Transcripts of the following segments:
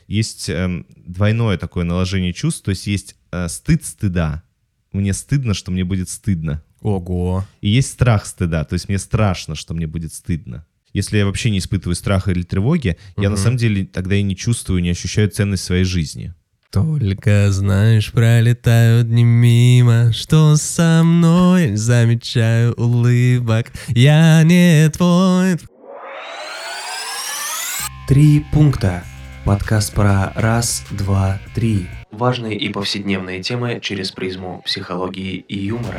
есть двойное такое наложение чувств, то есть есть стыд стыда. Мне стыдно, что мне будет стыдно. Ого. И есть страх стыда, то есть мне страшно, что мне будет стыдно. Если я вообще не испытываю страха или тревоги, я на самом деле тогда и не чувствую, не ощущаю ценность своей жизни. Только, знаешь, пролетают дни мимо, что со мной замечаю улыбок. Я не твой. 3 пункта. Подкаст про раз, два, три. Важные и повседневные темы через призму психологии и юмора.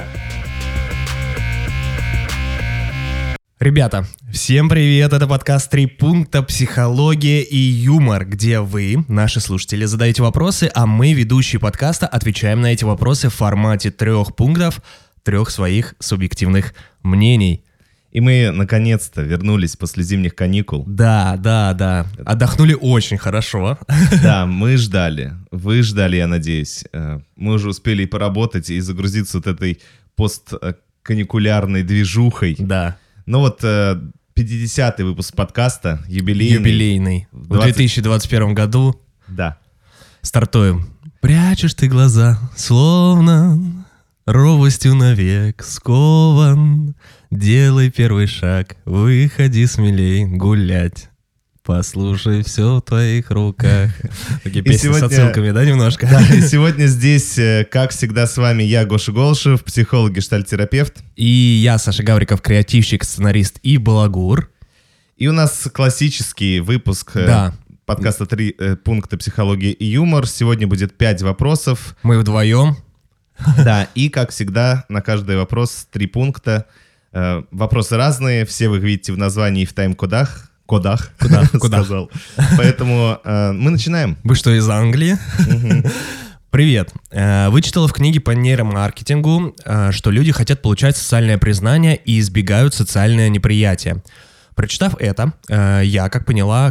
Ребята, всем привет, это подкаст «3 пункта. Психология и юмор», где вы, наши слушатели, задаете вопросы, а мы, ведущие подкаста, отвечаем на эти вопросы в формате 3 пунктов, 3 своих субъективных мнений. И мы, наконец-то, вернулись после зимних каникул. Да. Отдохнули очень хорошо. Да, мы ждали. Вы ждали, я надеюсь. Мы уже успели и поработать, и загрузиться вот этой постканикулярной движухой. Да. Ну вот 50-й выпуск подкаста, Юбилейный. В 2021 году. Да. Стартуем. Прячешь ты глаза, словно робостью навек скован. Делай первый шаг, выходи смелей гулять. Послушай, все в твоих руках. Такие песни с отсылками, да, немножко? Да, и сегодня здесь, как всегда, с вами я, Гоша Голышев, психолог, гештальт-терапевт. И я, Саша Гавриков, креативщик, сценарист и балагур. И у нас классический выпуск подкаста «3 пункта. Психология и юмор». Сегодня будет 5 вопросов. Мы вдвоем. Да, и, как всегда, на каждый вопрос 3 пункта. Вопросы разные, все вы их видите в названии и в тайм-кодах. Куда? Сказал. Поэтому мы начинаем. Вы что, из Англии? Привет. Вычитала в книге по нейромаркетингу, что люди хотят получать социальное признание и избегают социальное неприятие. Прочитав это, я поняла,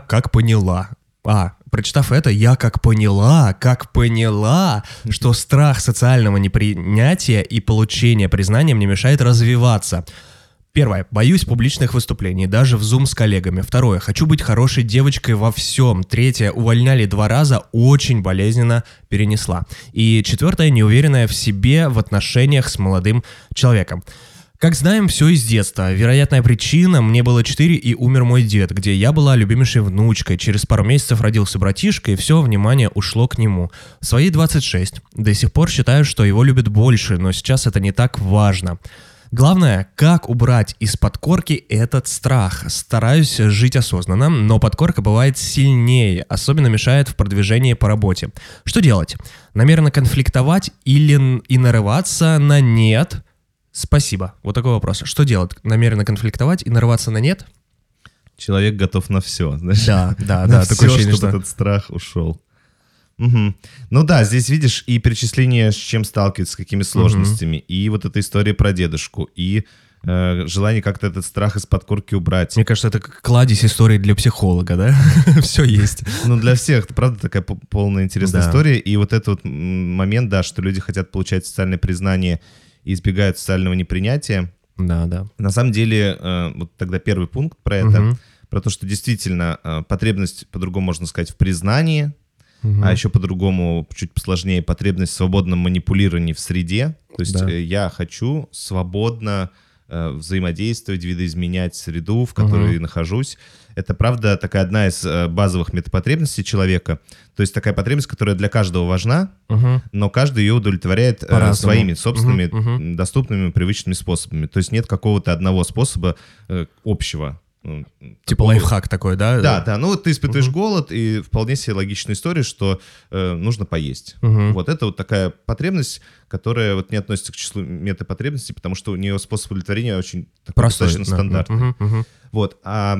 что страх социального непринятия и получения признания мне мешает развиваться. Первое. Боюсь публичных выступлений, даже в Zoom с коллегами. Второе. Хочу быть хорошей девочкой во всем. Третье. Увольняли 2 раза, очень болезненно перенесла. И четвертое. Неуверенная в себе в отношениях с молодым человеком. Как знаем, все из детства. Вероятная причина: мне было 4 и умер мой дед, где я была любимейшей внучкой. Через пару месяцев родился братишка, и все внимание ушло к нему. В свои 26. До сих пор считаю, что его любят больше, но сейчас это не так важно. Главное, как убрать из подкорки этот страх. Стараюсь жить осознанно, но подкорка бывает сильнее, особенно мешает в продвижении по работе. Что делать? Намеренно конфликтовать или и нарываться на «нет»? Спасибо. Вот такой вопрос. Что делать? Намеренно конфликтовать и нарываться на «нет»? Человек готов на все, знаешь? Да. На Такое все, ощущение, чтобы этот страх ушел. Угу. Ну да, здесь видишь и перечисление, с чем сталкиваются, с какими сложностями, и вот эта история про дедушку, и желание как-то этот страх из подкорки убрать. Мне кажется, это как кладезь истории для психолога, да? Все есть. Ну для всех, это правда такая полная интересная история, и вот этот вот момент, да, что люди хотят получать социальное признание и избегают социального непринятия. Да. На самом деле, вот тогда первый пункт про это, про то, что действительно потребность, по-другому можно сказать, в признании, а еще по-другому, чуть посложнее, потребность в свободном манипулировании в среде. То есть я хочу свободно взаимодействовать, видоизменять среду, в которой нахожусь. Это, правда, такая одна из базовых метапотребностей человека. То есть такая потребность, которая для каждого важна, но каждый ее удовлетворяет своими собственными доступными, привычными способами. То есть нет какого-то одного способа общего. Типа лайфхак такой, да? Да. Ну вот ты испытываешь голод, и вполне себе логичная история, что нужно поесть. Вот это вот такая потребность, которая вот не относится к числу метапотребностей, потому что у нее способ удовлетворения очень такой, достаточно стандартный. Вот.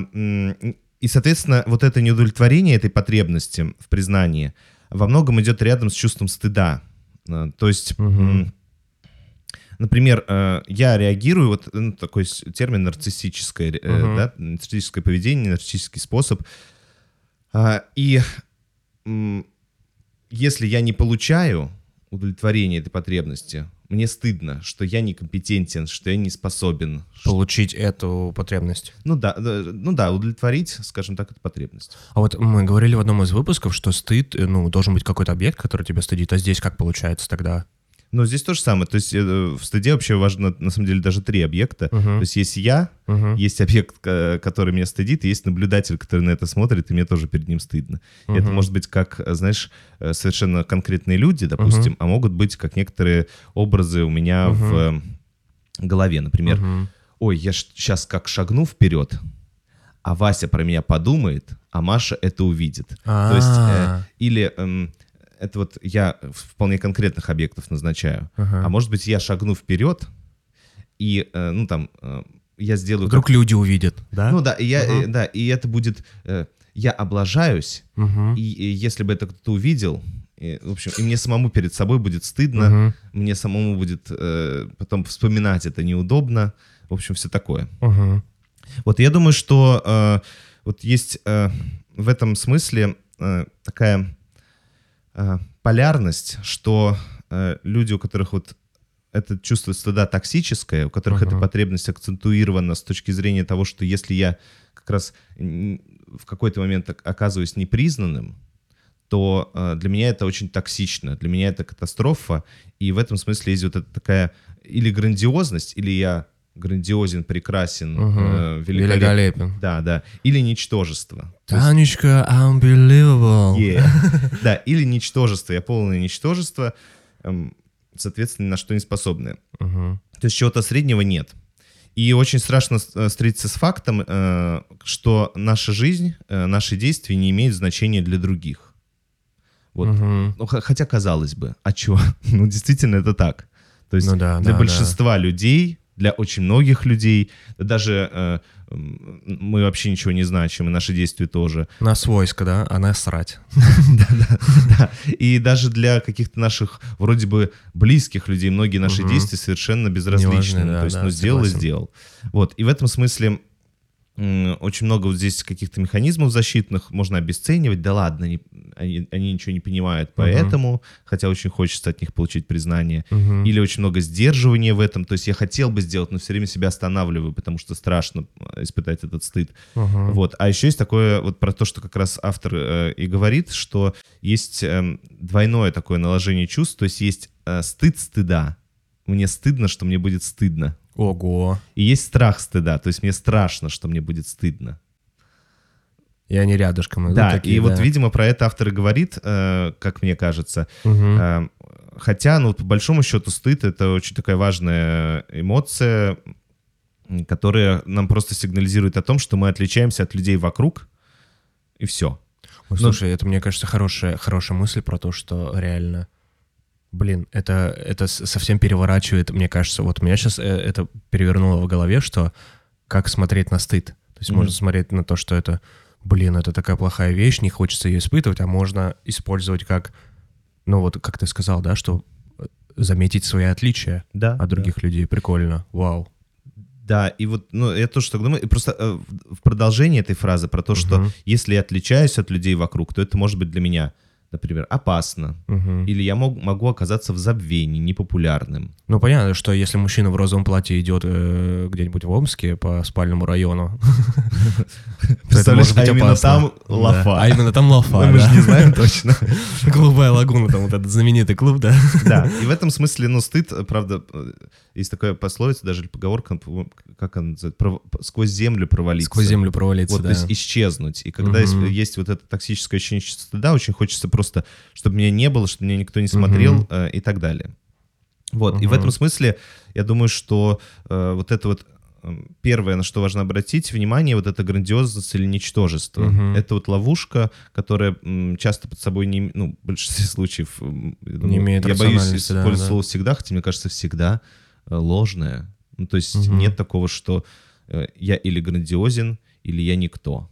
И, соответственно, вот это неудовлетворение этой потребности в признании во многом идет рядом с чувством стыда. То есть... Например, я реагирую, вот такой термин нарциссическое, да, нарциссическое поведение, нарциссический способ. И если я не получаю удовлетворения этой потребности, мне стыдно, что я некомпетентен, что я не способен. Получить эту потребность. Ну да, удовлетворить, скажем так, эту потребность. А вот мы говорили в одном из выпусков, что стыд, должен быть какой-то объект, который тебя стыдит, а здесь как получается тогда? Но здесь то же самое. То есть в стыде вообще важно, на самом деле, даже 3 объекта. То есть есть я, есть объект, который меня стыдит, и есть наблюдатель, который на это смотрит, и мне тоже перед ним стыдно. И это может быть как, знаешь, совершенно конкретные люди, допустим, а могут быть как некоторые образы у меня в голове. Например, ой, я сейчас как шагну вперед, а Вася про меня подумает, а Маша это увидит. То есть, или... Это вот я вполне конкретных объектов назначаю. А может быть, я шагну вперед, и, я сделаю... Вдруг люди увидят, да? Ну да, и это будет... Я облажаюсь, и если бы это кто-то увидел, в общем, и мне самому перед собой будет стыдно, мне самому будет потом вспоминать это неудобно, в общем, все такое. Вот я думаю, что вот есть в этом смысле такая... полярность, что люди, у которых вот это чувство стыда токсическое, у которых эта потребность акцентуирована с точки зрения того, что если я как раз в какой-то момент оказываюсь непризнанным, то для меня это очень токсично, для меня это катастрофа, и в этом смысле есть вот эта такая или грандиозность, или я грандиозен, прекрасен, великолепен. Да. Или ничтожество. Танечка, unbelievable. Да, или ничтожество. Я полное ничтожество, соответственно, ни на что не способное. То есть чего-то среднего нет. И очень страшно встретиться с фактом, что наша жизнь, наши действия не имеют значения для других. Вот. Хотя, казалось бы, а чего? Действительно, это так. То есть для большинства людей... Для очень многих людей, даже мы вообще ничего не значим, и наши действия тоже. Нас войско, да, а нас срать. Да. И даже для каких-то наших вроде бы близких людей многие наши действия совершенно безразличны. То есть, сделал и сделал. Вот. И в этом смысле очень много вот здесь каких-то механизмов защитных можно обесценивать. Да ладно, они ничего не понимают, поэтому, хотя очень хочется от них получить признание. Или очень много сдерживания в этом. То есть я хотел бы сделать, но все время себя останавливаю, потому что страшно испытать этот стыд. Вот. А еще есть такое, вот про то, что как раз автор и говорит, что есть двойное такое наложение чувств, то есть есть стыд стыда. Мне стыдно, что мне будет стыдно. Ого. И есть страх стыда, то есть мне страшно, что мне будет стыдно. И они рядышком. Да, такие, вот, видимо, про это автор и говорит, как мне кажется. Хотя, по большому счету, стыд — это очень такая важная эмоция, которая нам просто сигнализирует о том, что мы отличаемся от людей вокруг, и все. Ой, слушай, это, мне кажется, хорошая мысль про то, что реально... Блин, это совсем переворачивает, мне кажется, вот у меня сейчас это перевернуло в голове, что как смотреть на стыд. То есть можно смотреть на то, что это, это такая плохая вещь, не хочется ее испытывать, а можно использовать как, вот как ты сказал, да, что заметить свои отличия от других людей. Прикольно, вау. Да, и вот, я тоже так думаю, и просто в продолжении этой фразы про то, что если я отличаюсь от людей вокруг, то это может быть для меня... например, опасно, или я могу оказаться в забвении, непопулярным. Понятно, что если мужчина в розовом платье идет где-нибудь в Омске по спальному району, представляешь, именно там лафа. А именно там лафа, мы же не знаем точно. Голубая лагуна, там вот этот знаменитый клуб, да? Да, и в этом смысле, стыд, правда, есть такая пословица, даже поговорка, как она называется, сквозь землю провалиться. Сквозь землю провалиться, да. То есть исчезнуть. И когда есть вот это токсическое ощущение стыда, очень хочется просто, чтобы меня не было, чтобы меня никто не смотрел и так далее. Вот, и в этом смысле я думаю, что вот это вот первое, на что важно обратить внимание, вот это грандиозность или ничтожество. Это вот ловушка, которая часто под собой в большинстве случаев, не имеет я боюсь использовать слово «всегда», хотя мне кажется, всегда ложное. То есть нет такого, что я или грандиозен, или я никто.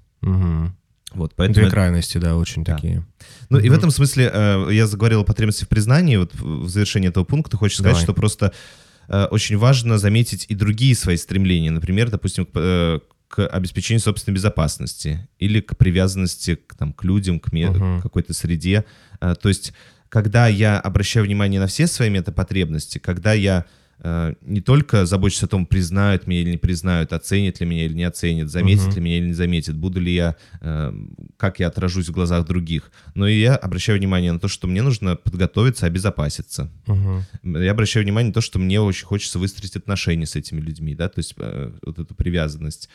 Вот, поэтому две крайности, да, очень такие. И в этом смысле я заговорил о потребности в признании. Вот в завершении этого пункта хочу сказать, что просто очень важно заметить и другие свои стремления. Например, допустим, к обеспечению собственной безопасности или к привязанности к людям, к какой-то среде. То есть когда я обращаю внимание на все свои метапотребности, когда я не только забочусь о том, признают меня или не признают, оценят ли меня или не оценят, заметят ли меня или не заметят, буду ли я, как я отражусь в глазах других, но и я обращаю внимание на то, что мне нужно подготовиться, обезопаситься. Я обращаю внимание на то, что мне очень хочется выстроить отношения с этими людьми, да, то есть вот эту привязанность.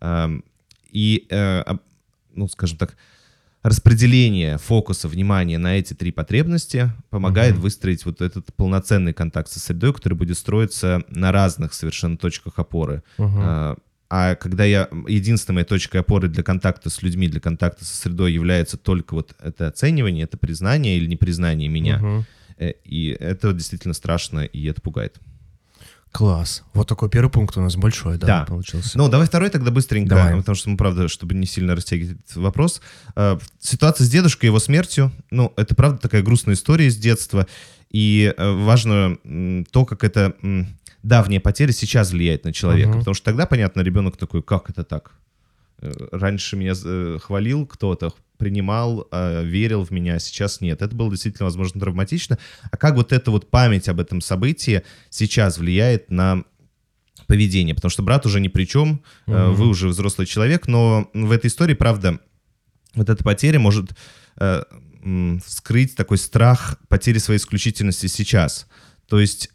И, ну, скажем так, распределение фокуса внимания на эти 3 потребности помогает выстроить вот этот полноценный контакт со средой, который будет строиться на разных совершенно точках опоры. А когда единственной моей точкой опоры для контакта с людьми, для контакта со средой является только вот это оценивание, это признание или непризнание меня, и это действительно страшно, и это пугает. Класс. Вот такой первый пункт у нас большой, да, получился. Ну, давай второй тогда быстренько, потому что мы, правда, чтобы не сильно растягивать этот вопрос. Ситуация с дедушкой, его смертью, ну, это, правда, такая грустная история с детства, и важно то, как эта давняя потеря сейчас влияет на человека, потому что тогда, понятно, ребенок такой, как это так? Раньше меня хвалил кто-то, принимал, верил в меня, а сейчас нет. Это было действительно, возможно, травматично. А как вот эта вот память об этом событии сейчас влияет на поведение? Потому что брат уже ни при чем, вы уже взрослый человек, но в этой истории, правда, вот эта потеря может вскрыть такой страх потери своей исключительности сейчас. То есть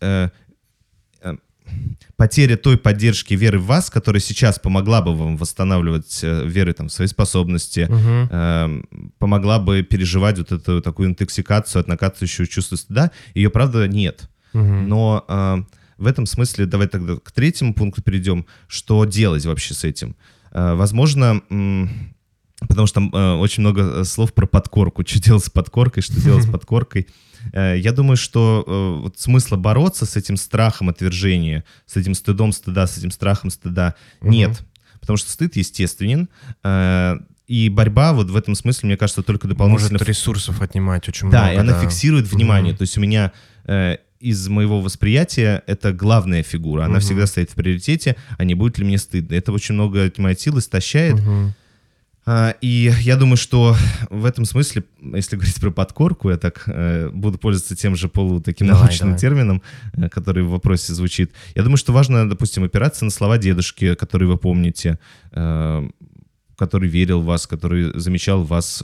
потеря той поддержки, веры в вас, которая сейчас помогла бы вам восстанавливать веры там, в свои способности, помогла бы переживать вот эту такую интоксикацию от накатывающего чувства стыда, ее, правда, нет. Но в этом смысле, давай тогда к третьему пункту перейдем, что делать вообще с этим. Возможно, потому что там очень много слов про подкорку, что делать с подкоркой, что делать с подкоркой. Я думаю, что вот смысла бороться с этим страхом отвержения, с этим стыдом стыда, с этим страхом стыда нет. Потому что стыд естественен, и борьба вот в этом смысле, мне кажется, только дополнительно... Может ресурсов отнимать очень много. Да, и она фиксирует внимание. То есть у меня из моего восприятия это главная фигура. Она всегда стоит в приоритете, а не будет ли мне стыдно. Это очень много отнимает сил, истощает. И я думаю, что в этом смысле, если говорить про подкорку, я так буду пользоваться тем же таким научным термином, который в вопросе звучит. Я думаю, что важно, допустим, опираться на слова дедушки, которые вы помните, который верил в вас, который замечал вас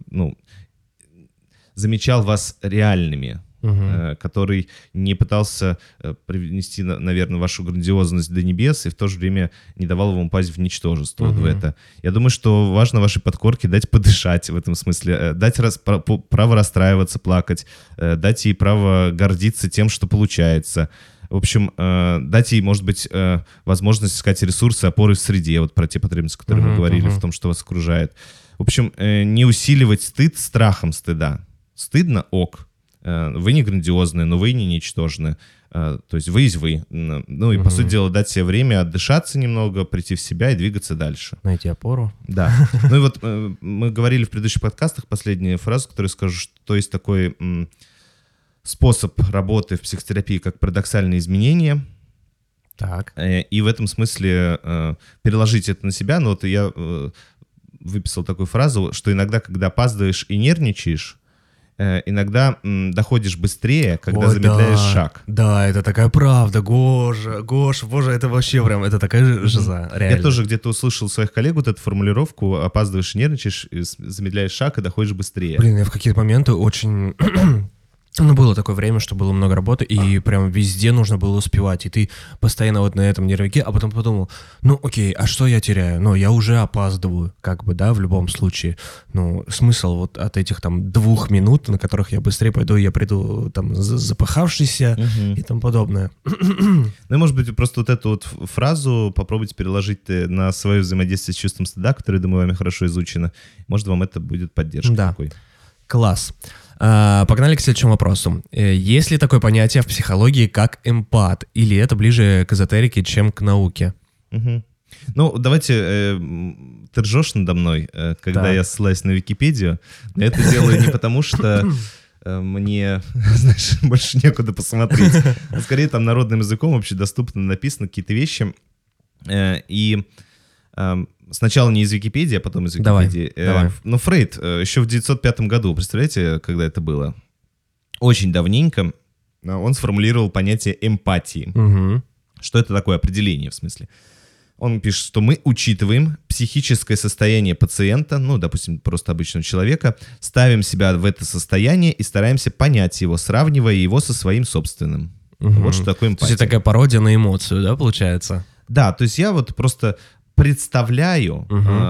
реальными. Который не пытался привнести, наверное, вашу грандиозность до небес и в то же время не давал вам упасть в ничтожество в это. Я думаю, что важно вашей подкорке дать подышать в этом смысле, дать право расстраиваться, плакать, дать ей право гордиться тем, что получается. В общем, дать ей, может быть, возможность искать ресурсы, опоры в среде, вот про те потребности, которые мы говорили, в том, что вас окружает. В общем, не усиливать стыд страхом стыда. Стыдно — ок. Вы не грандиозны, но вы не ничтожны. То есть вы есть вы. Ну и, по сути дела, дать себе время отдышаться немного, прийти в себя и двигаться дальше. Найти опору. Да. Ну и вот мы говорили в предыдущих подкастах, последняя фраза, которую скажу, что есть такой способ работы в психотерапии, как парадоксальные изменения. Так. И в этом смысле переложить это на себя. Но вот я выписал такую фразу, что иногда, когда опаздываешь и нервничаешь, иногда доходишь быстрее, когда замедляешь шаг. Да, это такая правда, Гоша, боже, это вообще прям, это такая жиза, реально. Я тоже где-то услышал у своих коллег вот эту формулировку: опаздываешь, нервничаешь, замедляешь шаг и доходишь быстрее. Блин, я в какие-то моменты очень... Ну, было такое время, что было много работы, и прям везде нужно было успевать, и ты постоянно вот на этом нервике, а потом подумал, ну, окей, а что я теряю? Ну, я уже опаздываю, как бы, да, в любом случае. Ну, смысл вот от этих там 2 минут, на которых я быстрее пойду, я приду там запыхавшийся и тому подобное. Ну, и, может быть, просто вот эту вот фразу попробуйте переложить на свое взаимодействие с чувством стыда, которое, думаю, вами хорошо изучено. Может, вам это будет поддержкой такой. Класс. Погнали к следующему вопросу. Есть ли такое понятие в психологии, как эмпат? Или это ближе к эзотерике, чем к науке? Ну, давайте, ты ржешь надо мной, когда я ссылаюсь на Википедию. Но это делаю не потому, что мне, знаешь, больше некуда посмотреть. А скорее, там народным языком общедоступно написаны какие-то вещи. И... Сначала не из Википедии, а потом из Википедии. Давай. Но Фрейд еще в 905 году, представляете, когда это было? очень давненько он сформулировал понятие эмпатии. Что это такое определение, в смысле? Он пишет, что мы учитываем психическое состояние пациента, ну, допустим, просто обычного человека, ставим себя в это состояние и стараемся понять его, сравнивая его со своим собственным. Вот что такое эмпатия. То есть это такая пародия на эмоцию, да, получается? Да, то есть я вот просто представляю,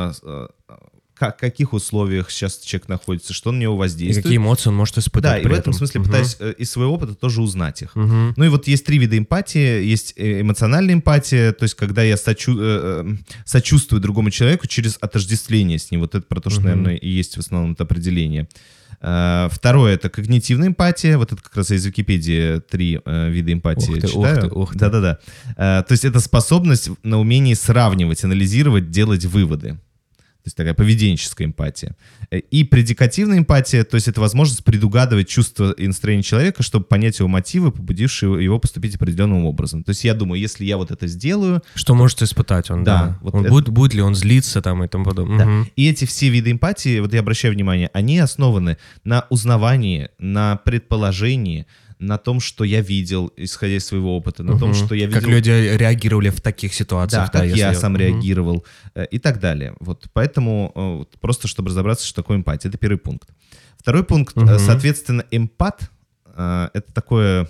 в каких условиях сейчас человек находится, что на него воздействует. И какие эмоции он может испытывать. Да, и в этом смысле пытаюсь из своего опыта тоже узнать их. Ну и вот есть 3 вида эмпатии. Есть эмоциональная эмпатия, то есть когда я сочувствую другому человеку через отождествление с ним. Вот это про то, что, наверное, и есть в основном это определение. Второе — это когнитивная эмпатия. Вот это как раз из Википедии 3 вида эмпатии читаю. Ух ты. Да-да-да. То есть это способность на умении сравнивать, анализировать, делать выводы. То есть такая поведенческая эмпатия. И предикативная эмпатия, то есть это возможность предугадывать чувства и настроение человека, чтобы понять его мотивы, побудившие его поступить определенным образом. То есть я думаю, если я вот это сделаю... Что может испытать он, да. Вот он будет ли он злиться там и тому подобное. Да. И эти все виды эмпатии, вот я обращаю внимание, они основаны на узнавании, на предположении, на том, что я видел, исходя из своего опыта, на том, что я видел... Как люди реагировали в таких ситуациях. Да, как я сам реагировал и так далее. Вот, поэтому просто, чтобы разобраться, что такое эмпатия. Это первый пункт. Второй пункт, соответственно, эмпат — это такое...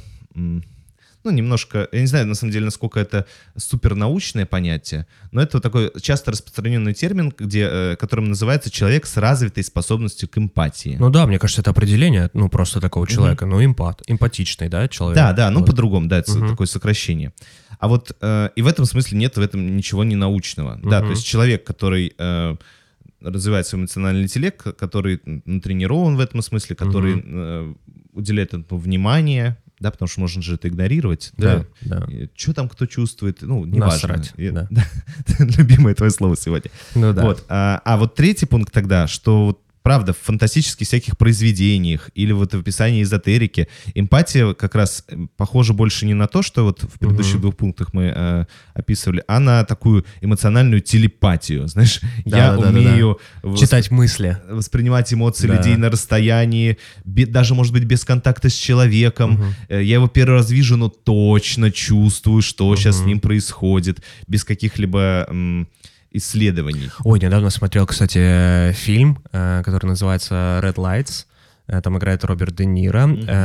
Ну, немножко, я не знаю, на самом деле, насколько это супернаучное понятие, но это вот такой часто распространенный термин, которым называется человек с развитой способностью к эмпатии. Ну да, мне кажется, это определение, ну, просто такого человека, ну, эмпатичный, да, человек. Да, ну, по-другому, да, это такое сокращение. А вот и в этом смысле нет в этом ничего ненаучного. Да, то есть человек, который... развивает свой эмоциональный интеллект, который натренирован в этом смысле, который уделяет этому внимание, да, потому что можно же это игнорировать. Да. Что там кто чувствует, ну, неважно. Насрать, да. Любимое твое слово сегодня. Ну да. Вот. А вот третий пункт тогда, что правда, в фантастических всяких произведениях или вот в описании эзотерики эмпатия как раз похожа больше не на то, что вот в предыдущих 2 пунктах мы описывали, а на такую эмоциональную телепатию. Знаешь, я умею читать мысли, воспринимать эмоции людей на расстоянии, даже, может быть, без контакта с человеком. Я его первый раз вижу, но точно чувствую, что сейчас с ним происходит, без каких-либо... исследований. Ой, недавно смотрел, кстати, фильм, который называется Red Lights. Там играет Роберт Де Ниро.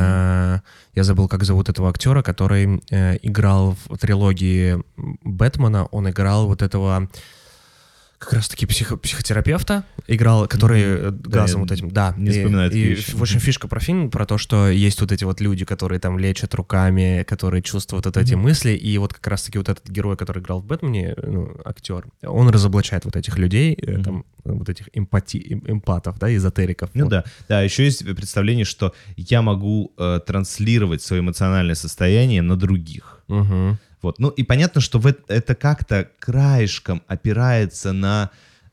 Я забыл, как зовут этого актера, который играл в трилогии Бэтмена. Он играл вот этого... как раз-таки психотерапевта играл, который газом вот этим... Да, не вспоминаю эту и вещь. в общем, фишка про фильм, про то, что есть вот эти вот люди, которые там лечат руками, которые чувствуют вот эти мысли, и вот как раз-таки вот этот герой, который играл в «Бэтмене», ну, актер, он разоблачает вот этих людей, там, вот этих эмпатов, да, эзотериков. Ну вот. Да, еще есть представление, что я могу транслировать свое эмоциональное состояние на других. Вот. Ну и понятно, что это как-то краешком опирается на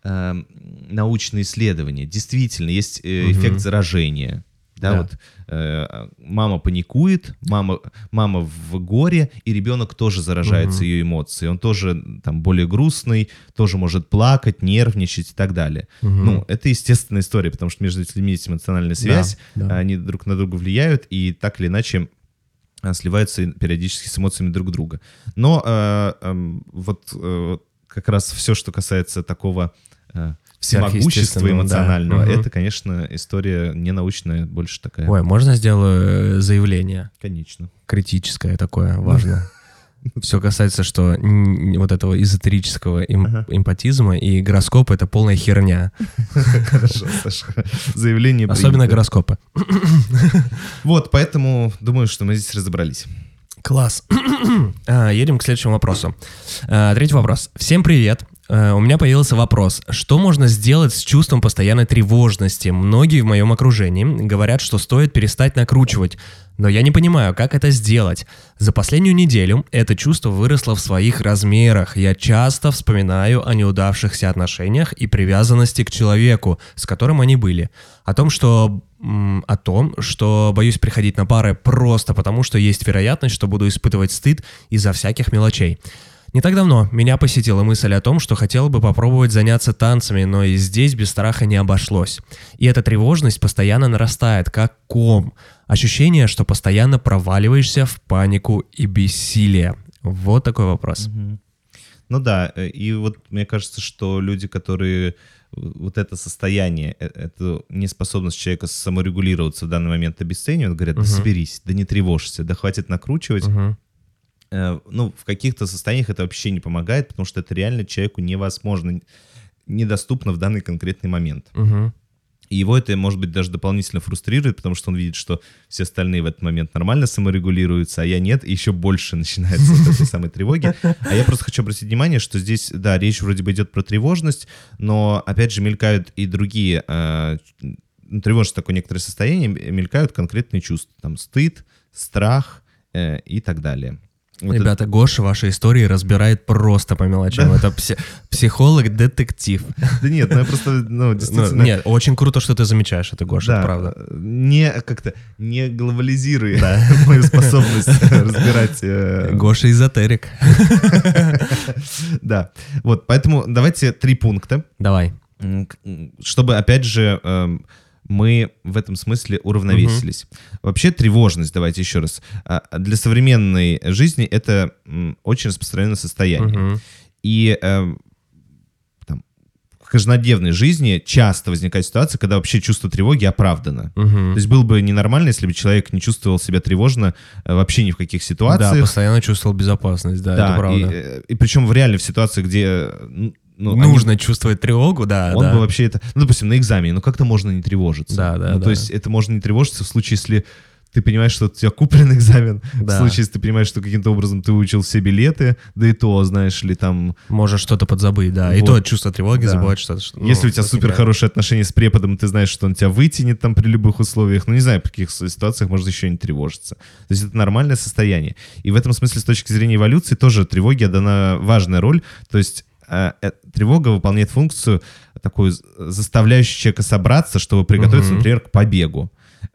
научные исследования. Действительно, есть эффект заражения. Да, вот мама паникует, мама в горе, и ребенок тоже заражается ее эмоцией. Он тоже там более грустный, тоже может плакать, нервничать и так далее. Ну, это естественная история, потому что между людьми есть эмоциональная связь, они друг на друга влияют, и так или иначе сливаются периодически с эмоциями друг друга. Но вот как раз все, что касается такого всемогущества эмоционального, это, конечно, история ненаучная, больше такая. Ой, можно сделаю заявление? Конечно. Критическое такое, важно. Все касается, что вот этого эзотерического эмпатизма и гороскопа — это полная херня. Хорошо, Саша. Заявление принято. Особенно гороскопы. Вот, поэтому думаю, что мы здесь разобрались. Класс. Едем к следующему вопросу. Третий вопрос. Всем привет. У меня появился вопрос. Что можно сделать с чувством постоянной тревожности? Многие в моем окружении говорят, что стоит перестать накручивать. Но я не понимаю, как это сделать. За последнюю неделю это чувство выросло в своих размерах. Я часто вспоминаю о неудавшихся отношениях и привязанности к человеку, с которым они были. О том, что боюсь приходить на пары просто потому, что есть вероятность, что буду испытывать стыд из-за всяких мелочей. Не так давно меня посетила мысль о том, что хотела бы попробовать заняться танцами, но и здесь без страха не обошлось. И эта тревожность постоянно нарастает, как ком. Ощущение, что постоянно проваливаешься в панику и бессилие. Вот такой вопрос. Ну да, и вот мне кажется, что люди, которые вот это состояние, эту неспособность человека саморегулироваться в данный момент обесценивают, говорят, да соберись, да не тревожься, да хватит накручивать. Ну, в каких-то состояниях это вообще не помогает, потому что это реально человеку невозможно, недоступно в данный конкретный момент. И его это, может быть, даже дополнительно фрустрирует, потому что он видит, что все остальные в этот момент нормально саморегулируются, а я нет, и еще больше начинается вот этой самой тревоги. А я просто хочу обратить внимание, что здесь, да, речь вроде бы идет про тревожность, но, опять же, мелькают и другие, тревожность такое некоторое состояние, мелькают конкретные чувства, там, стыд, страх и так далее. Вот ребята, Гоша ваши истории разбирает просто по мелочам. Да. Это психолог-детектив. Да нет, ну я просто, действительно... Нет, очень круто, что ты замечаешь это, Гоша, это правда. Не глобализируй мою способность разбирать... Гоша эзотерик. Да, вот, поэтому давайте 3 пункта. Давай. Чтобы, опять же... мы в этом смысле уравновесились. Вообще тревожность, давайте еще раз, для современной жизни это очень распространенное состояние. И там, в каждодневной жизни часто возникает ситуация, когда вообще чувство тревоги оправдано. То есть было бы ненормально, если бы человек не чувствовал себя тревожно вообще ни в каких ситуациях. Да, постоянно чувствовал безопасность, да, это правда. И причем в реальной ситуации, где... нужно чувствовать тревогу, да. Он бы вообще это... допустим, на экзамене, как-то можно не тревожиться. Да. То есть это можно не тревожиться в случае, если ты понимаешь, что у тебя куплен экзамен, в случае, если ты понимаешь, что каким-то образом ты выучил все билеты, да и то, знаешь ли, там... Можешь что-то подзабыть, да. Вот. И то чувство тревоги, забывать что-то. Если у тебя супер хорошие отношения с преподом, ты знаешь, что он тебя вытянет там при любых условиях, не знаю, в каких ситуациях можно еще не тревожиться. То есть это нормальное состояние. И в этом смысле, с точки зрения эволюции, тоже тревоге дана важная роль. То есть тревога выполняет функцию такую, заставляющую человека собраться, чтобы приготовиться, например, к побегу.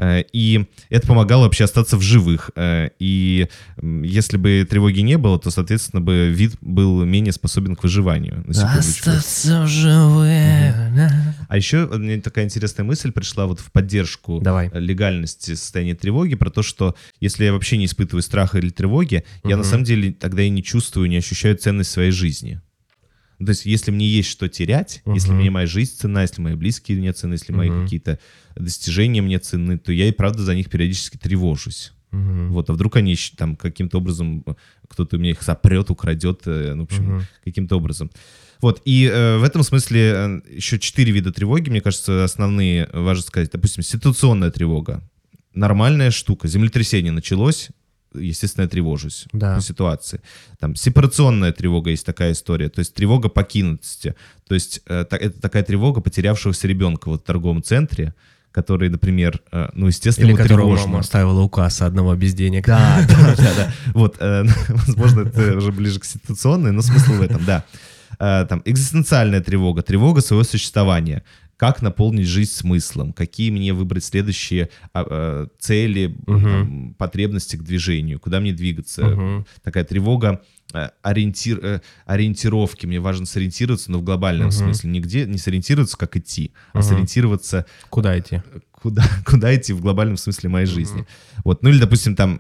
И это помогало вообще остаться в живых. И если бы тревоги не было, то, соответственно, бы вид был менее способен к выживанию. Остаться в живых. А еще мне такая интересная мысль пришла вот в поддержку легальности состояния тревоги, про то, что если я вообще не испытываю страха или тревоги, я на самом деле тогда и не чувствую, не ощущаю ценность своей жизни. То есть, если мне есть что терять, если мне моя жизнь ценна, если мои близкие мне ценны, если мои какие-то достижения мне ценны, то я и правда за них периодически тревожусь. Вот, а вдруг они там каким-то образом, кто-то мне их сопрет, украдет, в общем, каким-то образом. Вот, и в этом смысле еще 4 вида тревоги, мне кажется, основные, важно сказать. Допустим, ситуационная тревога. Нормальная штука. Землетрясение началось, естественно, я тревожусь по ситуации. Там сепарационная тревога, есть такая история, то есть тревога покинутости. То есть это такая тревога потерявшегося ребенка вот в торговом центре, который, например, естественно, ему тревожно. Или которого мама оставила у кассы одного без денег. Да. Вот, возможно, это уже ближе к ситуационной, но смысл в этом, да. Там экзистенциальная тревога, тревога своего существования. Как наполнить жизнь смыслом, какие мне выбрать следующие цели, потребности к движению, куда мне двигаться. Такая тревога ориентировки. Мне важно сориентироваться, но в глобальном смысле. Не сориентироваться, как идти, а сориентироваться... Куда идти? Куда идти в глобальном смысле моей жизни. Вот. Ну или, допустим, там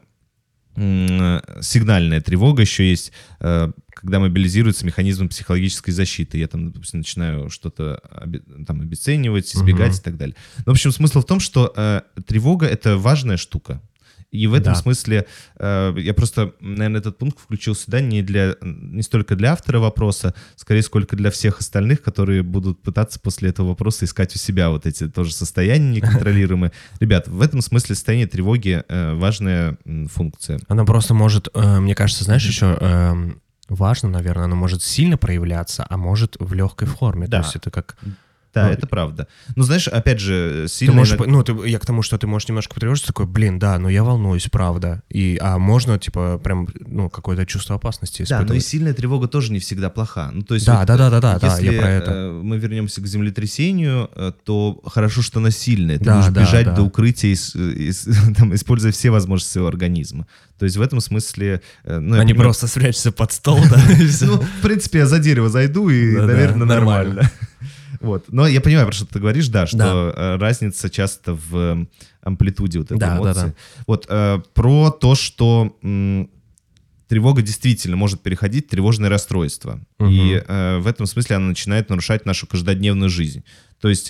сигнальная тревога еще есть, когда мобилизируется механизм психологической защиты. Я там, допустим, начинаю что-то там обесценивать, избегать и так далее. Но, в общем, смысл в том, что тревога — это важная штука. И в этом смысле я просто, наверное, этот пункт включил сюда не столько для автора вопроса, скорее, сколько для всех остальных, которые будут пытаться после этого вопроса искать у себя вот эти тоже состояния неконтролируемые. Ребят, в этом смысле состояние тревоги важная функция. Она просто может, мне кажется, знаешь, еще важно, наверное, она может сильно проявляться, а может в легкой форме. Да. То есть это как... Да, это правда. Но знаешь, опять же, сильно... Ты можешь, я к тому, что ты можешь немножко потревожиться, такой, блин, да, но я волнуюсь, правда. А можно, типа, прям, какое-то чувство опасности испытывать. Да, но и сильная тревога тоже не всегда плоха. Ну, то есть да, если я про это. Мы вернемся к землетрясению, то хорошо, что она сильная. Ты можешь бежать до укрытия, используя все возможности своего организма. То есть в этом смысле... не просто спрячься под стол, да? Ну, в принципе, я за дерево зайду, и, наверное, нормально. Вот. Но я понимаю, про что ты говоришь, да, что разница часто в амплитуде вот этой эмоции. Вот про то, что тревога действительно может переходить в тревожное расстройство. И в этом смысле она начинает нарушать нашу каждодневную жизнь. То есть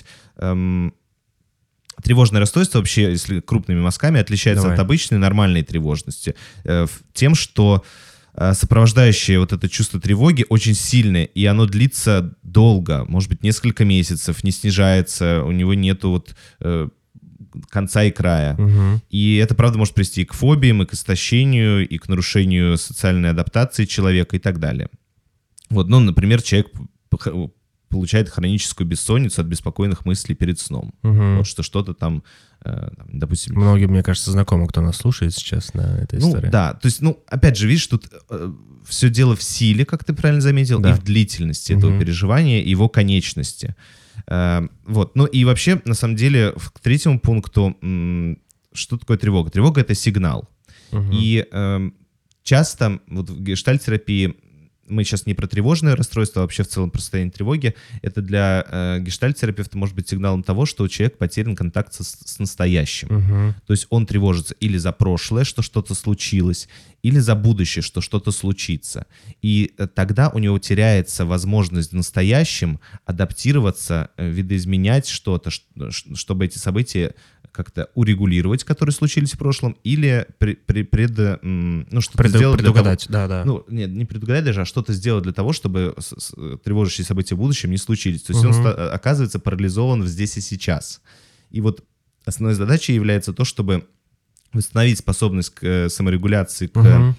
тревожное расстройство вообще, если крупными мазками, отличается от обычной нормальной тревожности тем, что сопровождающее вот это чувство тревоги очень сильное, и оно длится долго, может быть, несколько месяцев, не снижается, у него нету вот конца и края. И это, правда, может привести и к фобиям, и к истощению, и к нарушению социальной адаптации человека и так далее. Вот, ну, например, человек получает хроническую бессонницу от беспокойных мыслей перед сном. Вот что что-то там, допустим... Многим, мне кажется, знакомо, кто нас слушает сейчас на этой истории. Да, то есть, опять же, видишь, тут все дело в силе, как ты правильно заметил, и в длительности этого переживания, и его конечности. Вот, ну и вообще, на самом деле, к третьему пункту, что такое тревога? Тревога — это сигнал. И часто вот в гештальт-терапии мы сейчас не про тревожное расстройство, а вообще в целом про состояние тревоги. Это для гештальт-терапевта может быть сигналом того, что у человека потерян контакт с настоящим. То есть он тревожится или за прошлое, что что-то случилось, или за будущее, что что-то случится. И тогда у него теряется возможность в настоящем адаптироваться, видоизменять что-то, чтобы эти события как-то урегулировать, которые случились в прошлом, или что-то сделать предугадать, для того, да. Ну, нет, не предугадать даже, а что-то сделать для того, чтобы тревожащие события в будущем не случились. То есть он оказывается парализован здесь и сейчас. И вот основной задачей является то, чтобы восстановить способность к саморегуляции, к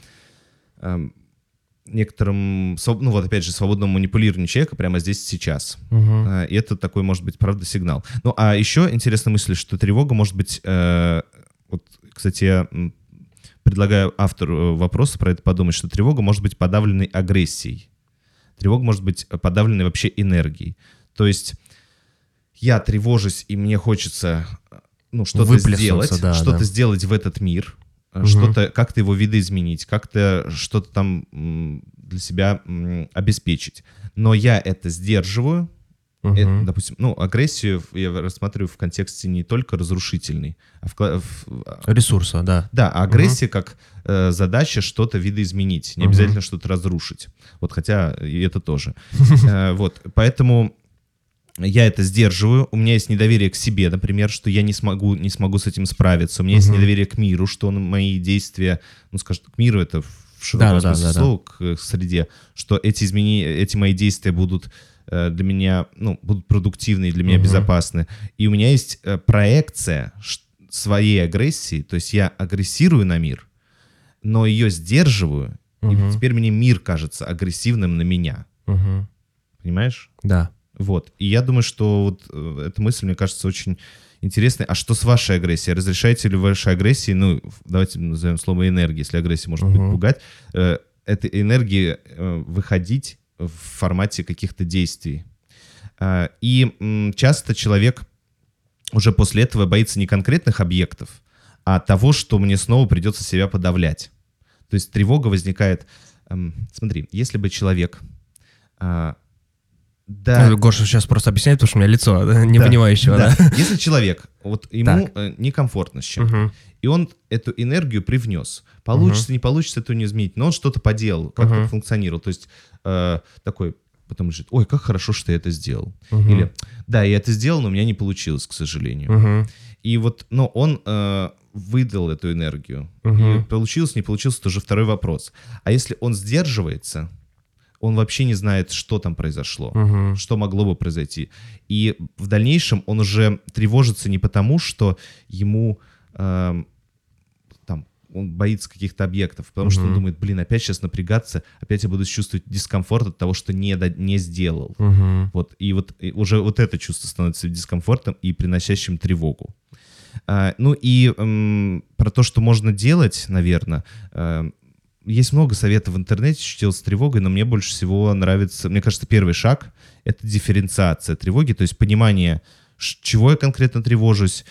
некоторым, ну вот опять же, свободному манипулированию человека прямо здесь и сейчас. И это такой, может быть, правда, сигнал. Ну, а еще интересная мысль, что тревога может быть... Вот, кстати, я предлагаю автору вопроса про это подумать, что тревога может быть подавленной агрессией. Тревога может быть подавленной вообще энергией. То есть я тревожусь, и мне хочется что-то сделать, сделать в этот мир, что-то, как-то его видоизменить, как-то что-то там для себя обеспечить. Но я это сдерживаю. Это, допустим, агрессию я рассматриваю в контексте не только разрушительной, а ресурса, да. Да, агрессия как задача что-то видоизменить, не обязательно что-то разрушить. Вот, хотя и это тоже. Вот, поэтому я это сдерживаю, у меня есть недоверие к себе, например, что я не смогу с этим справиться, у меня есть недоверие к миру, что мои действия, скажем, к миру это в широком смысле слова, к среде, что эти мои действия будут для меня, будут продуктивны и для меня безопасны. И у меня есть проекция своей агрессии, то есть я агрессирую на мир, но ее сдерживаю, и теперь мне мир кажется агрессивным на меня. Понимаешь? Да. Вот. И я думаю, что вот эта мысль, мне кажется, очень интересной. А что с вашей агрессией? Разрешаете ли вашей агрессии, давайте назовем слово энергия, если агрессия может быть пугать, этой энергии выходить в формате каких-то действий? И часто человек уже после этого боится не конкретных объектов, а того, что мне снова придется себя подавлять. То есть тревога возникает... Смотри, если бы человек... Да. Гоша сейчас просто объясняет, потому что у меня лицо непонимающего. Да. Если человек, вот ему некомфортно с чем-то, и он эту энергию привнес, получится, не получится, это не изменить, но он что-то поделал, как-то функционировал. То есть такой потом лежит, ой, как хорошо, что я это сделал. Или, да, я это сделал, но у меня не получилось, к сожалению. И вот, он выдал эту энергию. И получилось, не получилось, это уже второй вопрос. А если он сдерживается... Он вообще не знает, что там произошло, что могло бы произойти. И в дальнейшем он уже тревожится не потому, что ему он боится каких-то объектов, потому что он думает, опять сейчас напрягаться, опять я буду чувствовать дискомфорт от того, что не сделал. И уже вот это чувство становится дискомфортом и приносящим тревогу. Про то, что можно делать, наверное, есть много советов в интернете, что делать с тревогой, но мне больше всего нравится, мне кажется, первый шаг — это дифференциация тревоги, то есть понимание, чего я конкретно тревожусь,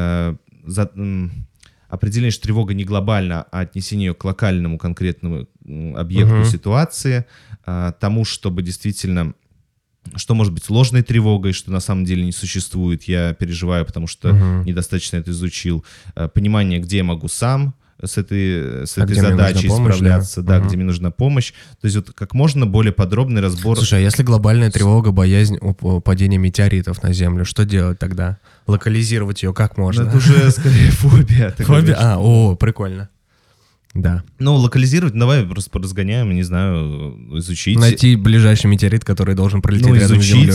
определение, что тревога не глобальна, а отнесение ее к локальному конкретному объекту ситуации, тому, чтобы действительно, что может быть ложной тревогой, что на самом деле не существует, я переживаю, потому что недостаточно это изучил, понимание, где я могу сам с этой задачей справляться, где мне нужна помощь. То есть вот как можно более подробный разбор. Слушай, а если глобальная тревога, боязнь падения метеоритов на Землю, что делать тогда? Локализировать ее как можно? Это уже скорее фобия. Фобия? Прикольно. Да. Локализировать, давай просто поразгоняем, не знаю, изучить. Найти ближайший метеорит, который должен пролететь рядом с Землей.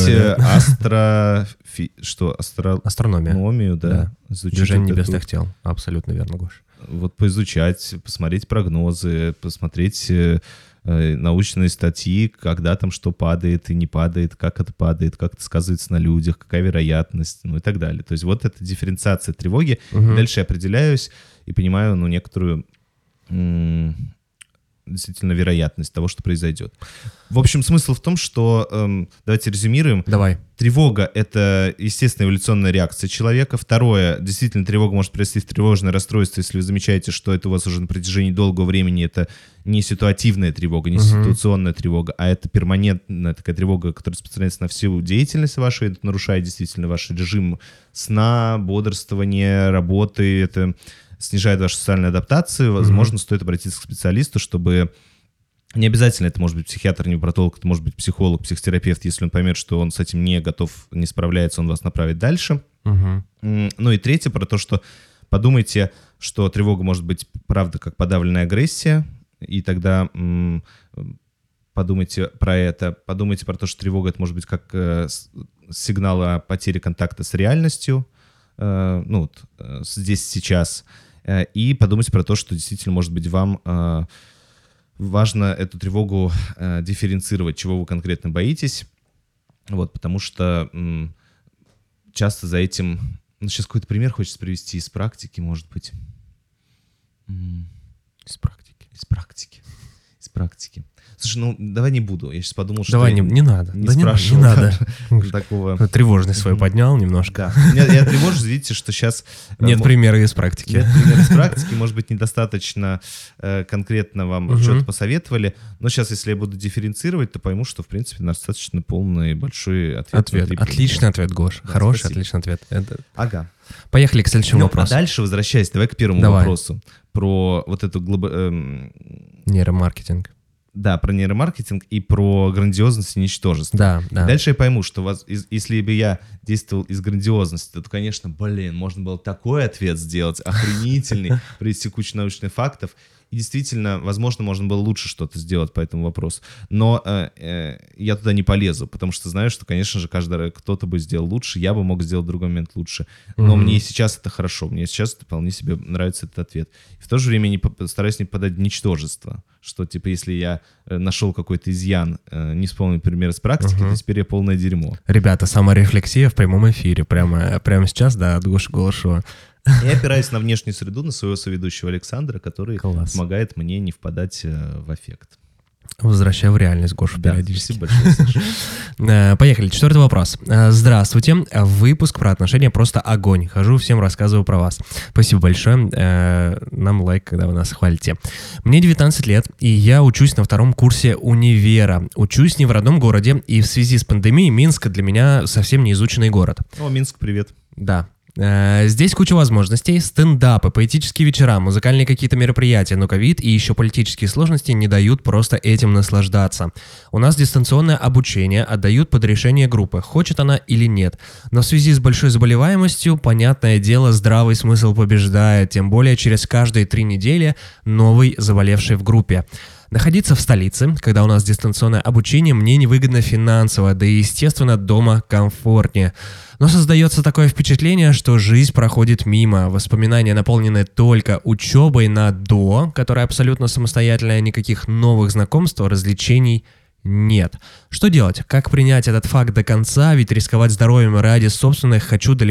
Астрономию, да. Движение небесных тел. Абсолютно верно, Гош. Вот поизучать, посмотреть прогнозы, посмотреть научные статьи, когда там что падает и не падает, как это сказывается на людях, какая вероятность, и так далее. То есть вот эта дифференциация тревоги. Дальше я определяюсь и понимаю, некоторую действительно вероятность того, что произойдет. В общем, смысл в том, что, давайте резюмируем. Давай. Тревога — это естественная эволюционная реакция человека. Второе, действительно, тревога может привести в тревожное расстройство, если вы замечаете, что это у вас уже на протяжении долгого времени, это не ситуативная тревога, не ситуационная тревога, а это перманентная такая тревога, которая распространяется на всю деятельность вашу, это нарушает действительно ваш режим сна, бодрствования, работы, это снижает вашу социальную адаптацию, возможно, стоит обратиться к специалисту, чтобы... Не обязательно это может быть психиатр, невропатолог, это может быть психолог, психотерапевт. Если он поймет, что он с этим не готов, не справляется, он вас направит дальше. И третье, про то, что подумайте, что тревога может быть, правда, как подавленная агрессия, и тогда подумайте про это. Подумайте про то, что тревога — это может быть как сигнал о потере контакта с реальностью, здесь, сейчас. И подумайте про то, что действительно, может быть, вам важно эту тревогу дифференцировать, чего вы конкретно боитесь, потому что часто за этим... сейчас какой-то пример хочется привести из практики, может быть. Из практики. Слушай, давай не буду. Я сейчас подумал, что... Давай, не надо. Не надо. Такого... Тревожность свою поднял немножко. Да. Я тревожусь, видите, что сейчас... Нет примера из практики. Может быть, недостаточно конкретно вам что-то посоветовали. Но сейчас, если я буду дифференцировать, то пойму, что, в принципе, достаточно полный, большой ответ. Отличный ответ, Гош. Хороший, отличный ответ. Ага. Поехали к следующему вопросу. А дальше, возвращаясь, давай к первому вопросу. Про вот эту нейромаркетинг. Да, про нейромаркетинг и про грандиозность и ничтожество. Да. Дальше я пойму, что если бы я действовал из грандиозности, то, конечно, можно было такой ответ сделать, охренительный, привести кучу научных фактов. И действительно, возможно, можно было лучше что-то сделать по этому вопросу. Но я туда не полезу, потому что знаю, что, конечно же, кто-то бы сделал лучше, я бы мог сделать в другой момент лучше. Но мне сейчас это хорошо, мне сейчас вполне себе нравится этот ответ. И в то же время стараюсь не подать в ничтожество, что, если я нашел какой-то изъян, не вспомнил пример из практики, то теперь я полное дерьмо. Ребята, саморефлексия в прямом эфире, прямо сейчас, да, от Гоши Голышева. Я опираюсь на внешнюю среду, на своего соведущего Александра, который помогает мне не впадать в аффект. Возвращаю в реальность Гошу периодически. Спасибо большое. Поехали. 4-й вопрос. Здравствуйте. Выпуск про отношения просто огонь. Хожу, всем рассказываю про вас. Спасибо большое. Нам лайк, когда вы нас хвалите. Мне 19 лет, и я учусь на 2-м курсе универа. Учусь не в родном городе, и в связи с пандемией Минск для меня совсем не изученный город. Минск, привет. Да. Здесь куча возможностей, стендапы, поэтические вечера, музыкальные какие-то мероприятия, но ковид и еще политические сложности не дают просто этим наслаждаться. У нас дистанционное обучение отдают под решение группы, хочет она или нет. Но в связи с большой заболеваемостью, понятное дело, здравый смысл побеждает, тем более через каждые 3 недели новый заболевший в группе. Находиться в столице, когда у нас дистанционное обучение, мне невыгодно финансово, да и, естественно, дома комфортнее. Но создается такое впечатление, что жизнь проходит мимо. Воспоминания наполнены только учебой на «до», которая абсолютно самостоятельная, никаких новых знакомств, развлечений нет. Что делать? Как принять этот факт до конца? Ведь рисковать здоровьем ради собственных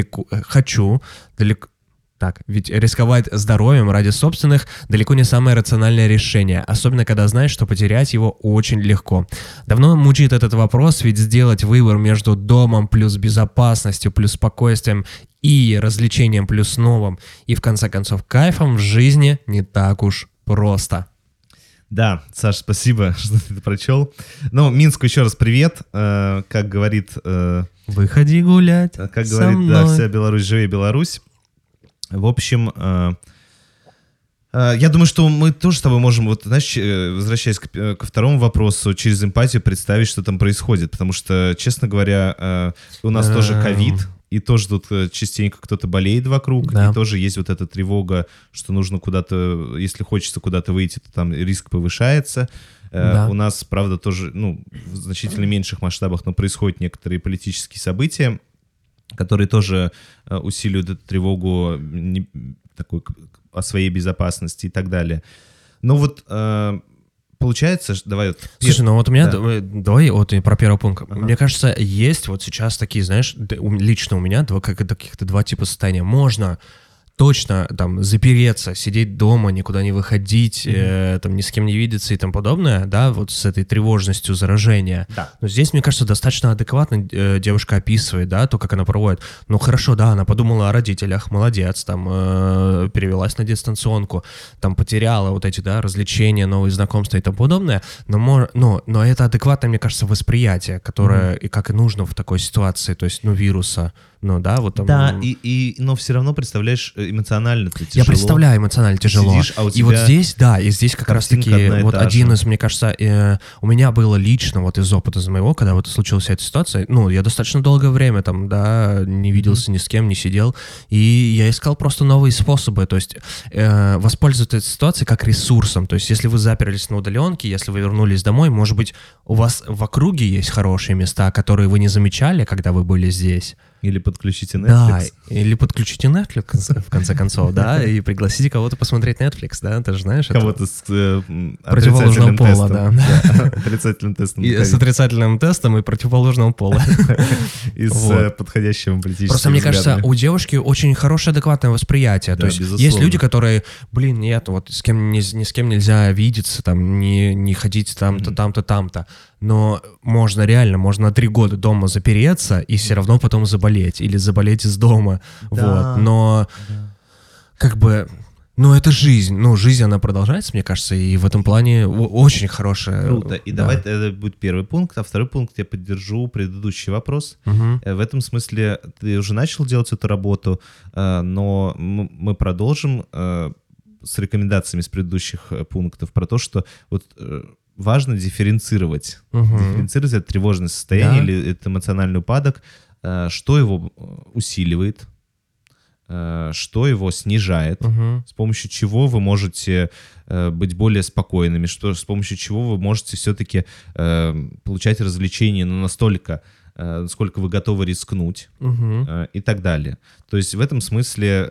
ведь рисковать здоровьем ради собственных далеко не самое рациональное решение, особенно когда знаешь, что потерять его очень легко. Давно мучает этот вопрос, ведь сделать выбор между домом плюс безопасностью плюс спокойствием и развлечением плюс новым и в конце концов кайфом в жизни не так уж просто. Да, Саш, спасибо, что ты это прочел. Ну, Минску еще раз привет. Как говорит... Выходи гулять. Как говорит, да, вся Беларусь, живи Беларусь. В общем, я думаю, что мы тоже с тобой можем, вот, знаешь, возвращаясь ко второму вопросу, через эмпатию представить, что там происходит. Потому что, честно говоря, у нас тоже ковид, и тоже тут частенько кто-то болеет вокруг, да. И тоже есть вот эта тревога, что нужно куда-то, если хочется куда-то выйти, то там риск повышается. Да. У нас, правда, тоже, в значительно меньших масштабах, но происходят некоторые политические события, которые тоже усиливают эту тревогу о своей безопасности и так далее. Но вот получается, давай... Слушай, ну вот у меня, давай вот про первый пункт. Ага. Мне кажется, есть вот сейчас такие, знаешь, лично у меня каких-то два типа состояния. Можно точно там запереться, сидеть дома, никуда не выходить, там ни с кем не видеться и тому подобное, да, вот с этой тревожностью заражения. Да. Но здесь, мне кажется, достаточно адекватно девушка описывает, да, то, как она проводит. Ну хорошо, да, она подумала о родителях, молодец, там перевелась на дистанционку, там потеряла вот эти, да, развлечения, новые знакомства и тому подобное, но это адекватное, мне кажется, восприятие, которое и как и нужно в такой ситуации, то есть, вируса. Ну да, вот там... Да, но все равно, представляешь, эмоционально тяжело. Я представляю, эмоционально тяжело. Сидишь, а у тебя и вот здесь, да, и здесь как раз-таки вот один из, мне кажется, у меня было лично вот из опыта моего, когда вот случилась эта ситуация, я достаточно долгое время там, да, не виделся ни с кем, не сидел, и я искал просто новые способы, то есть воспользоваться этой ситуацией как ресурсом, то есть если вы заперлись на удаленке, если вы вернулись домой, может быть, у вас в округе есть хорошие места, которые вы не замечали, когда вы были здесь. Или подключите Netflix. Да, или подключите Netflix, в конце концов, да, и пригласите кого-то посмотреть Netflix, да, ты же знаешь. Кого-то с противоположного пола, да. Отрицательным тестом. С отрицательным тестом и противоположного пола. И с подходящим политическим Просто, мне кажется, у девушки очень хорошее адекватное восприятие. То есть есть люди, которые, нет, вот ни с кем нельзя видеться, там, не ходить там-то, там-то, там-то. Но можно 3 года дома запереться и все равно потом заболеть. Или заболеть из дома. Да, вот. Но как бы... это жизнь. Жизнь, она продолжается, мне кажется, и в этом плане очень хорошая. Круто. И давай, это будет первый пункт, а второй пункт я поддержу предыдущий вопрос. В этом смысле ты уже начал делать эту работу, но мы продолжим с рекомендациями с предыдущих пунктов про то, что вот... важно дифференцировать. Дифференцировать это тревожное состояние или это эмоциональный упадок, что его усиливает, что его снижает, с помощью чего вы можете быть более спокойными, с помощью чего вы можете все-таки получать развлечения, но настолько, насколько вы готовы рискнуть и так далее. То есть в этом смысле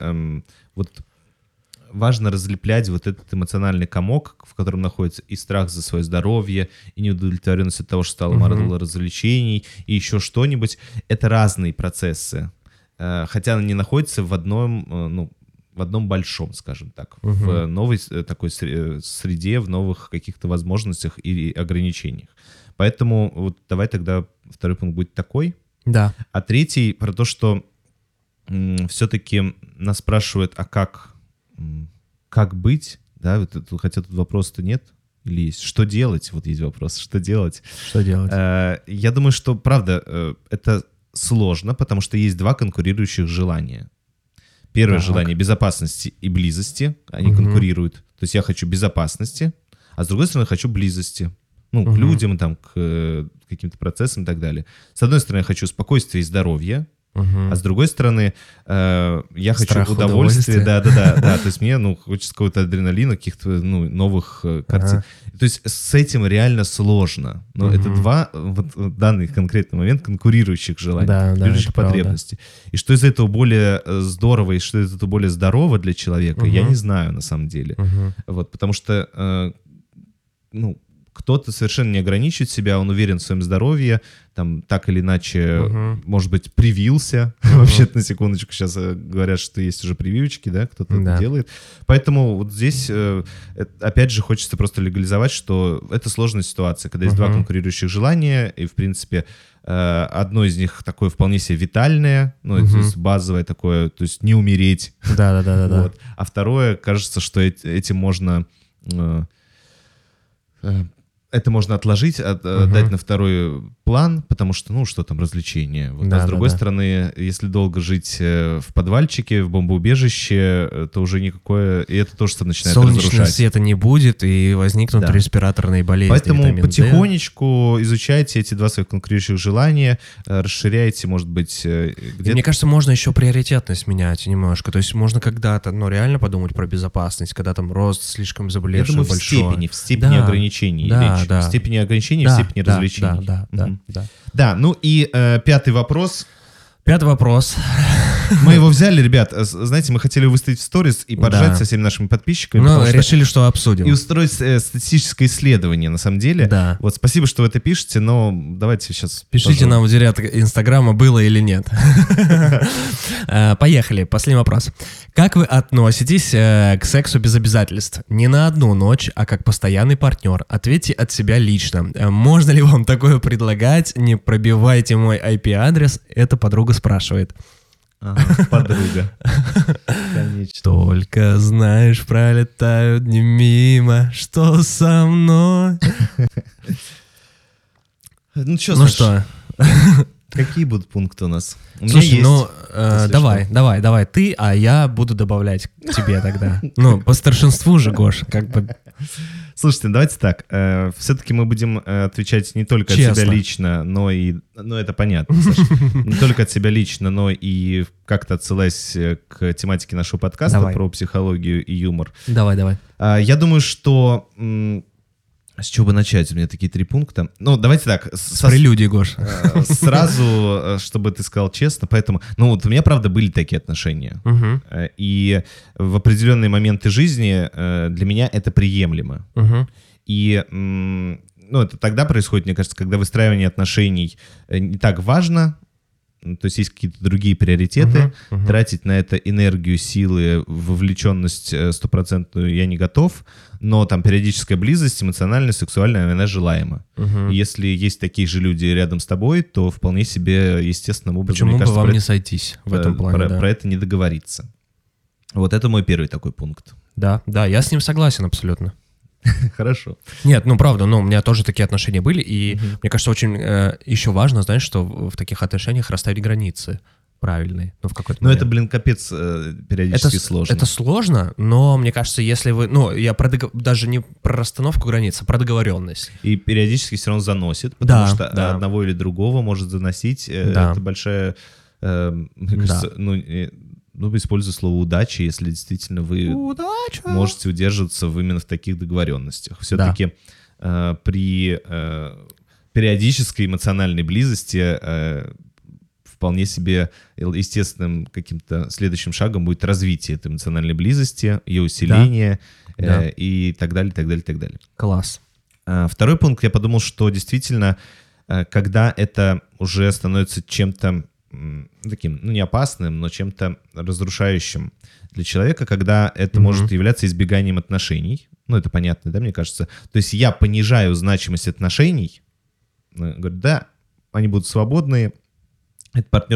важно разлеплять вот этот эмоциональный комок, в котором находится и страх за свое здоровье, и неудовлетворенность от того, что стало мало развлечений, и еще что-нибудь. Это разные процессы. Хотя они находятся в одном большом, скажем так, в новой такой среде, в новых каких-то возможностях и ограничениях. Поэтому вот давай тогда второй пункт будет такой. Да. А третий про то, что все-таки нас спрашивают, а как быть, да, хотя тут вопроса-то нет, или есть, что делать, вот есть вопрос, что делать. Что делать? Я думаю, что, правда, это сложно, потому что есть два конкурирующих желания. Первое желание — безопасности и близости, они конкурируют, то есть я хочу безопасности, а с другой стороны хочу близости, к людям, там, к каким-то процессам и так далее. С одной стороны, я хочу спокойствия и здоровья, А с другой стороны, я Страх, хочу удовольствия. Да. То есть мне, хочется какого-то адреналина, каких-то, новых картин. То есть с этим реально сложно. Но это два, в данный конкретный момент, конкурирующих желаний, конкурирующих потребностей. И что из этого более здорово, и что из этого более здорово для человека, я не знаю на самом деле. Потому что, кто-то совершенно не ограничивает себя, он уверен в своем здоровье, там так или иначе, может быть, привился. Вообще-то, на секундочку, сейчас говорят, что есть уже прививочки, да, кто-то это делает. Поэтому вот здесь, опять же, хочется просто легализовать, что это сложная ситуация, когда есть два конкурирующих желания, и, в принципе, одно из них такое вполне себе витальное, то есть базовое такое, то есть не умереть. Да. А второе, кажется, что этим можно... Это можно отложить, отдать на второй план, потому что, что там, развлечения. А с другой стороны, если долго жить в подвальчике, в бомбоубежище, то уже никакое... И это тоже начинает разрушать. Солнечного света не будет, и возникнут респираторные болезни. Поэтому потихонечку изучайте эти два своих конкурирующих желания, расширяйте, может быть, где-то... Мне кажется, можно еще приоритетность менять немножко. То есть можно когда-то, реально подумать про безопасность, когда там рост слишком заболевший большой. Я думаю, в степени ограничений речь. В степени ограничений, в степени развлечений. Да, и пятый вопрос. Мы его взяли, ребят, знаете, мы хотели выставить в сторис и поржать со всеми нашими подписчиками. Но решили, что обсудим. И устроить статистическое исследование, на самом деле. Да. Вот спасибо, что вы это пишете, но давайте сейчас... Пишите нам в директ Инстаграма, было или нет. Поехали, последний вопрос. Как вы относитесь к сексу без обязательств? Не на одну ночь, а как постоянный партнер. Ответьте от себя лично. Можно ли вам такое предлагать? Не пробивайте мой IP-адрес. Эта подруга спрашивает. Подруга. Конечно. Только, знаешь, пролетают дни мимо, что со мной? Что? Какие будут пункты у нас? Слушай, давай, ты, а я буду добавлять к тебе тогда. По старшинству же, Гош, как бы... Слушайте, давайте так. Все-таки мы будем отвечать не только честно. От себя лично, но и... это понятно, Саша. Не только от себя лично, но и как-то отсылаясь к тематике нашего подкаста про психологию и юмор. Давай. Я думаю, что... С чего бы начать? У меня такие 3 пункта. Давайте так. С прелюдии, Гош. Сразу, чтобы ты сказал честно. Поэтому, у меня, правда, были такие отношения. И в определенные моменты жизни для меня это приемлемо. И, это тогда происходит, мне кажется, когда выстраивание отношений не так важно, то есть есть какие-то другие приоритеты, тратить на это энергию, силы, вовлеченность 100% я не готов, но там периодическая близость, эмоциональная, сексуальная, она желаема. И если есть такие же люди рядом с тобой, то вполне себе естественным образом... Почему бы вам не сойтись в этом плане? Про это не договориться. Вот это мой первый такой пункт. Да, я с ним согласен абсолютно. Хорошо. Нет, правда, у меня тоже такие отношения были, и мне кажется, очень еще важно, знаешь, что в таких отношениях расставить границы правильные, в какой-то момент. Это, капец, периодически сложно. Это сложно, но мне кажется, если вы, я даже не про расстановку границ, а про договоренность. И периодически все равно заносит, потому что одного или другого может заносить. Это большая, мне кажется, используя слово «удача», если действительно вы можете удерживаться именно в таких договоренностях. Все-таки при периодической эмоциональной близости вполне себе естественным каким-то следующим шагом будет развитие этой эмоциональной близости, ее усиление и так далее, так далее, так далее. Класс. Второй пункт, я подумал, что действительно, когда это уже становится чем-то таким, не опасным, но чем-то разрушающим для человека, когда это может являться избеганием отношений. Это понятно, да, мне кажется. То есть я понижаю значимость отношений, говорю, они будут свободные, этот партнер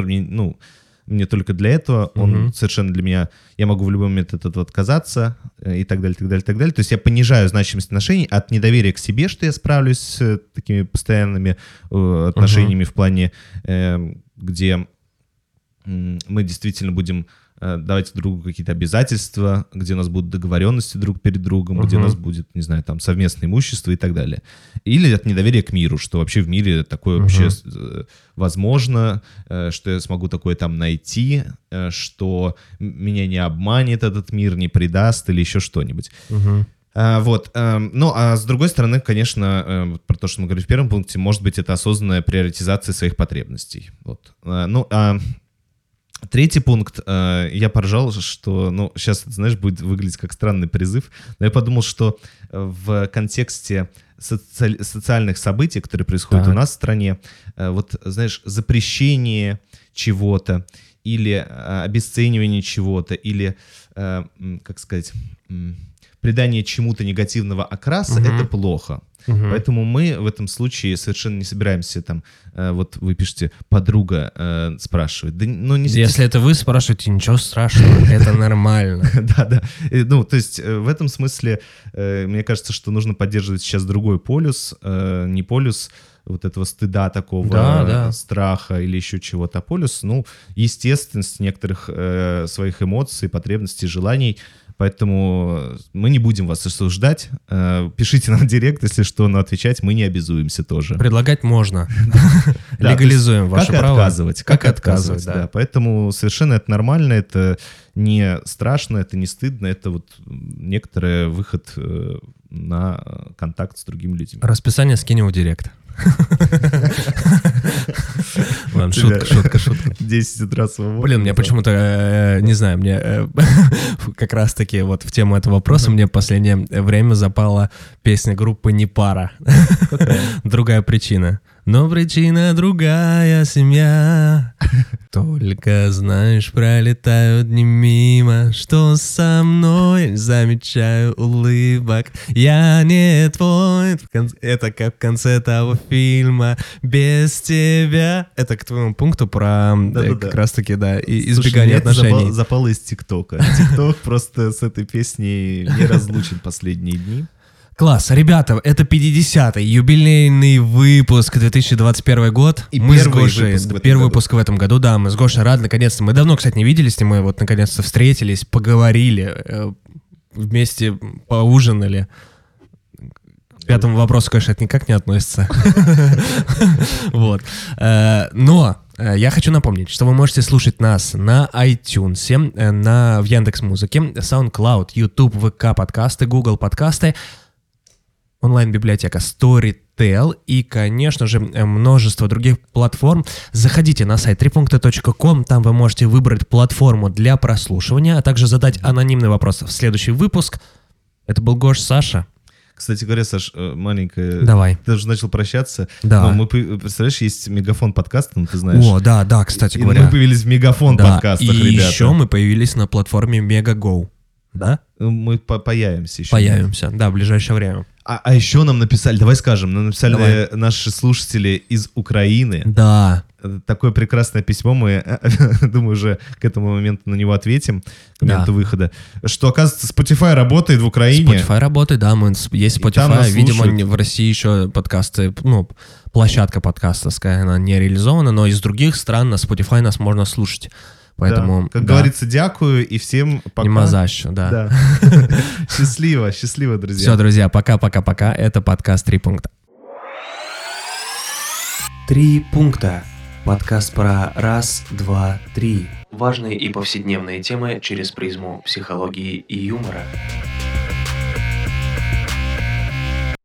мне только для этого, он совершенно для меня, я могу в любой момент от этого отказаться и так далее, так далее, так далее. То есть я понижаю значимость отношений от недоверия к себе, что я справлюсь с такими постоянными отношениями в плане, где мы действительно будем давать другу какие-то обязательства, где у нас будут договоренности друг перед другом, где у нас будет, не знаю, там совместное имущество и так далее. Или от недоверия к миру, что вообще в мире такое вообще возможно, что я смогу такое там найти, что меня не обманет этот мир, не предаст или еще что-нибудь. Вот. Ну, а с другой стороны, конечно, про то, что мы говорили в первом пункте, может быть, это осознанная приоритизация своих потребностей. Вот. Ну, а третий пункт, я поржал, что, ну, сейчас, знаешь, будет выглядеть как странный призыв, но я подумал, что в контексте социальных событий, которые происходят у нас в стране, вот, знаешь, запрещение чего-то или обесценивание чего-то, или, как сказать, придание чему-то негативного окраса, это плохо. Поэтому мы в этом случае совершенно не собираемся там, вот вы пишете, подруга спрашивает. Да, ну, не... Если это вы спрашиваете, ничего страшного, это нормально. Да. Ну, то есть в этом смысле, мне кажется, что нужно поддерживать сейчас другой полюс, не полюс вот этого стыда такого, страха или еще чего-то, а полюс, ну, естественность некоторых своих эмоций, потребностей, желаний. Поэтому мы не будем вас осуждать. Пишите нам в директ, если что, но отвечать мы не обязуемся тоже. Предлагать можно. Легализуем ваше право. Как отказывать, да. Поэтому совершенно это нормально, это не страшно, это не стыдно, это вот некоторый выход на контакт с другими людьми. Расписание скинем в директ. Ладно, шутка. 10 утра свободно. Блин, мне почему-то, не знаю, мне как раз-таки вот в тему этого вопроса мне в последнее время запала песня группы «Непара». Другая причина. Но причина другая, семья. Только, знаешь, пролетают дни мимо, что со мной замечаю улыбок. Я не твой. Это как в конце того фильма. Без тебя. Это к твоему пункту про как раз-таки, да, избегание отношений. Запало из ТикТока. ТикТок просто с этой песней не разлучен последние дни. Класс, ребята, это 50-й юбилейный выпуск 2021 год. И мы с Гошей, первый выпуск в этом году, да, мы с Гошей рады, наконец-то. Мы давно, кстати, не виделись с ним, мы вот наконец-то встретились, поговорили, вместе поужинали. К пятому вопросу, конечно, это никак не относится. Вот. Но я хочу напомнить, что вы можете слушать нас на iTunes, в Яндекс.Музыке, SoundCloud, YouTube, ВК подкасты, Google подкасты, онлайн-библиотека Storytel и, конечно же, множество других платформ. Заходите на сайт tripunkta.com, там вы можете выбрать платформу для прослушивания, а также задать анонимный вопрос в следующий выпуск. Это был Гош, Саша. Кстати говоря, Саш, маленькая... Давай. Ты уже начал прощаться. Да. Но мы, представляешь, есть Мегафон подкаст, ну ты знаешь. О, да, кстати говоря. Мы появились в Мегафон подкастах, и ребята. еще мы появились на платформе Мегаго. Да? Мы появимся еще. Появимся, да, в ближайшее время. А еще нам написали, давай скажем, нам написали наши слушатели из Украины. Да. Такое прекрасное письмо, мы, думаю, уже к этому моменту на него ответим, к моменту выхода. Что, оказывается, Spotify работает в Украине. Spotify работает, да, есть Spotify. Видимо, в России еще подкасты, ну, площадка подкастовская, она не реализована, но из других стран на Spotify нас можно слушать. Поэтому, да. Как говорится, дякую и всем пока. Нема за що, да. Счастливо, друзья. Все, друзья, пока-пока-пока. Это подкаст «Три пункта». «Три пункта». Подкаст про раз, два, три. Важные и повседневные темы через призму психологии и юмора.